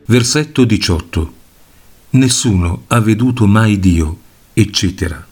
Versetto 18. Nessuno ha veduto mai Dio, eccetera.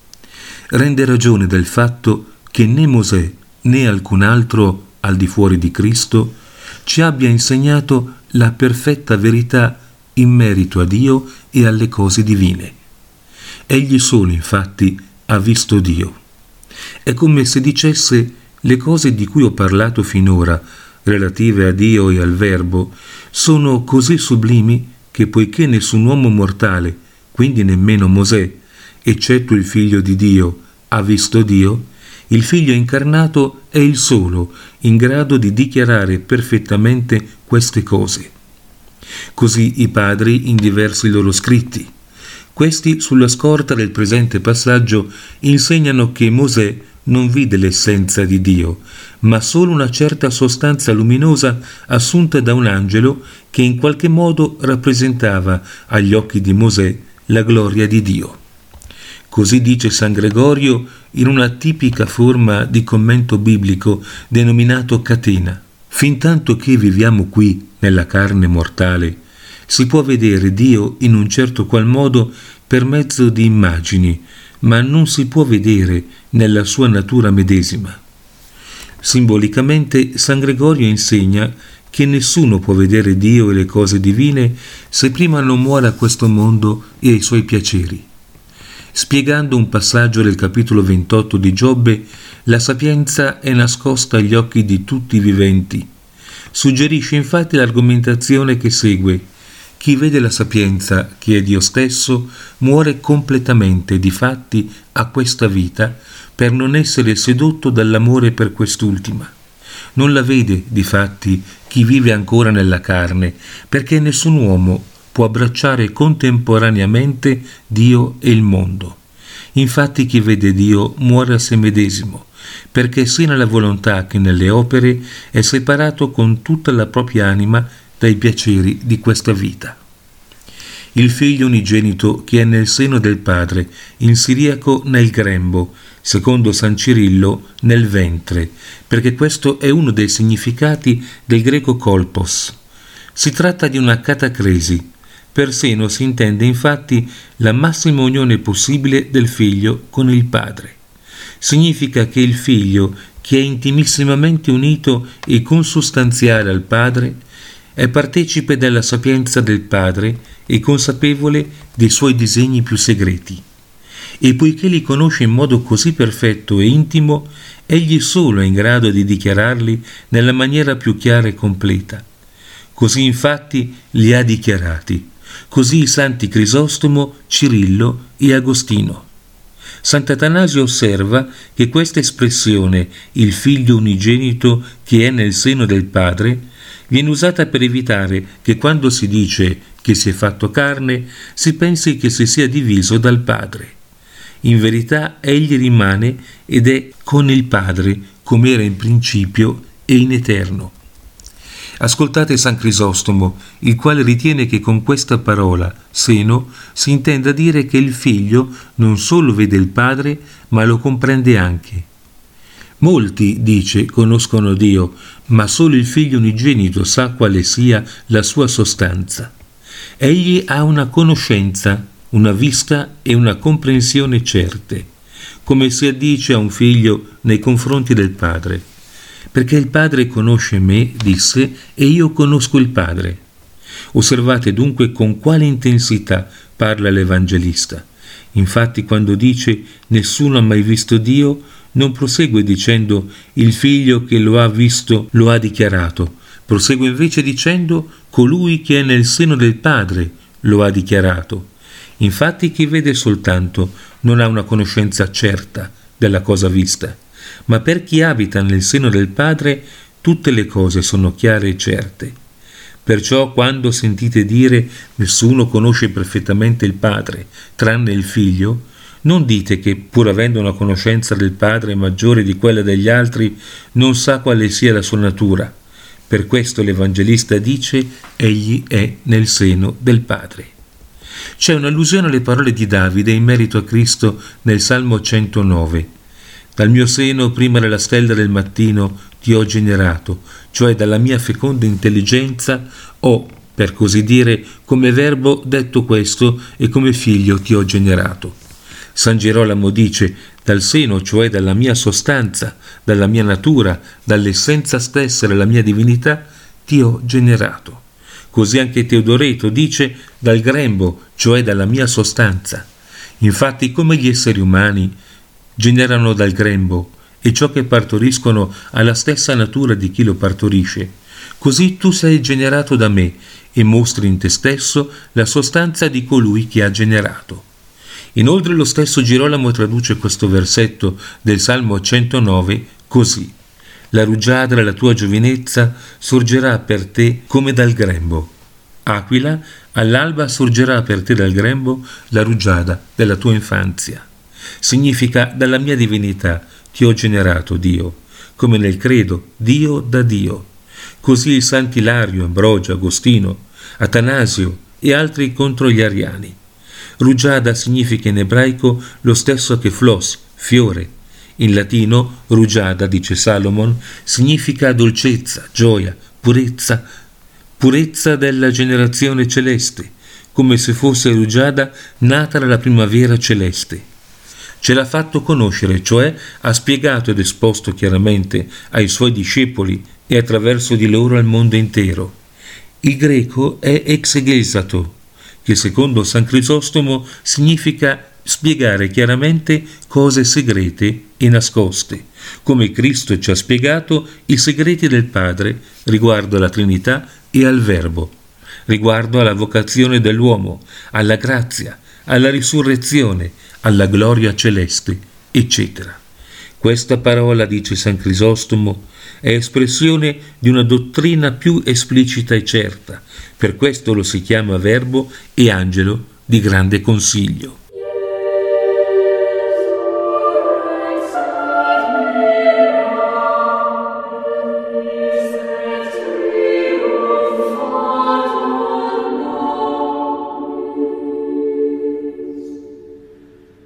Rende ragione del fatto che né Mosè né alcun altro al di fuori di Cristo ci abbia insegnato la perfetta verità in merito a Dio e alle cose divine. Egli solo, infatti, ha visto Dio. È come se dicesse: le cose di cui ho parlato finora, relative a Dio e al Verbo, sono così sublimi che, poiché nessun uomo mortale, quindi nemmeno Mosè, eccetto il Figlio di Dio, ha visto Dio, il Figlio incarnato è il solo in grado di dichiarare perfettamente queste cose. Così i padri in diversi loro scritti. Questi, sulla scorta del presente passaggio, insegnano che Mosè non vide l'essenza di Dio, ma solo una certa sostanza luminosa assunta da un angelo che in qualche modo rappresentava agli occhi di Mosè la gloria di Dio. Così dice San Gregorio in una tipica forma di commento biblico denominato catena. Fintanto che viviamo qui nella carne mortale, si può vedere Dio in un certo qual modo per mezzo di immagini, ma non si può vedere nella sua natura medesima. Simbolicamente, San Gregorio insegna che nessuno può vedere Dio e le cose divine se prima non muore a questo mondo e ai suoi piaceri. Spiegando un passaggio del capitolo 28 di Giobbe, la sapienza è nascosta agli occhi di tutti i viventi. Suggerisce infatti l'argomentazione che segue: chi vede la sapienza, che è Dio stesso, muore completamente, difatti, a questa vita, per non essere sedotto dall'amore per quest'ultima. Non la vede, difatti, chi vive ancora nella carne, perché nessun uomo può abbracciare contemporaneamente Dio e il mondo. Infatti chi vede Dio muore a se medesimo, perché sia nella volontà che nelle opere è separato con tutta la propria anima dai piaceri di questa vita. Il Figlio unigenito che è nel seno del Padre, in siriaco nel grembo, secondo San Cirillo nel ventre, perché questo è uno dei significati del greco kolpos. Si tratta di una catacresi. Per seno si intende infatti la massima unione possibile del Figlio con il Padre. Significa che il Figlio, che è intimissimamente unito e consustanziale al Padre, è partecipe della sapienza del Padre e consapevole dei suoi disegni più segreti. E poiché li conosce in modo così perfetto e intimo, egli solo è in grado di dichiararli nella maniera più chiara e completa. Così infatti li ha dichiarati. Così i santi Crisostomo, Cirillo e Agostino. Sant'Atanasio osserva che questa espressione, il Figlio unigenito che è nel seno del Padre, viene usata per evitare che quando si dice che si è fatto carne, si pensi che si sia diviso dal Padre. In verità egli rimane ed è con il Padre, come era in principio e in eterno. Ascoltate San Crisostomo, il quale ritiene che con questa parola, seno, si intenda dire che il Figlio non solo vede il Padre, ma lo comprende anche. Molti, dice, conoscono Dio, ma solo il Figlio unigenito sa quale sia la sua sostanza. Egli ha una conoscenza, una vista e una comprensione certe, come si addice a un figlio nei confronti del Padre. Perché il Padre conosce me, disse, e io conosco il Padre. Osservate dunque con quale intensità parla l'Evangelista. Infatti quando dice nessuno ha mai visto Dio, non prosegue dicendo il Figlio che lo ha visto lo ha dichiarato, prosegue invece dicendo colui che è nel seno del Padre lo ha dichiarato. Infatti chi vede soltanto non ha una conoscenza certa della cosa vista, ma per chi abita nel seno del Padre tutte le cose sono chiare e certe. Perciò quando sentite dire nessuno conosce perfettamente il Padre, tranne il Figlio, non dite che, pur avendo una conoscenza del Padre maggiore di quella degli altri, non sa quale sia la sua natura. Per questo l'Evangelista dice: egli è nel seno del Padre. C'è un'allusione alle parole di Davide in merito a Cristo nel Salmo 109. Dal mio seno, prima della stella del mattino, ti ho generato, cioè dalla mia feconda intelligenza ho per così dire, come verbo detto questo e come figlio ti ho generato. San Girolamo dice: dal seno, cioè dalla mia sostanza, dalla mia natura, dall'essenza stessa della mia divinità, ti ho generato. Così anche Teodoreto dice: dal grembo, cioè dalla mia sostanza. Infatti, come gli esseri umani generano dal grembo e ciò che partoriscono ha la stessa natura di chi lo partorisce, così tu sei generato da me e mostri in te stesso la sostanza di colui che ha generato. Inoltre lo stesso Girolamo traduce questo versetto del Salmo 109 così: la rugiada della tua giovinezza sorgerà per te come dal grembo. Aquila, all'alba sorgerà per te dal grembo la rugiada della tua infanzia. Significa: dalla mia divinità ti ho generato, Dio, come nel credo, Dio da Dio. Così il Sant'Ilario, Ambrogio, Agostino, Atanasio e altri contro gli ariani. Rugiada significa in ebraico lo stesso che flos, fiore. In latino, rugiada, dice Salomon, significa dolcezza, gioia, purezza della generazione celeste, come se fosse rugiada nata dalla primavera celeste. Ce l'ha fatto conoscere, cioè ha spiegato ed esposto chiaramente ai suoi discepoli e attraverso di loro al mondo intero. Il greco è exegesato, che secondo San Crisostomo significa spiegare chiaramente cose segrete e nascoste, come Cristo ci ha spiegato i segreti del Padre riguardo alla Trinità e al Verbo, riguardo alla vocazione dell'uomo, alla grazia, alla risurrezione, alla gloria celeste, eccetera. Questa parola, dice San Crisostomo, è espressione di una dottrina più esplicita e certa, per questo lo si chiama Verbo e Angelo di grande consiglio.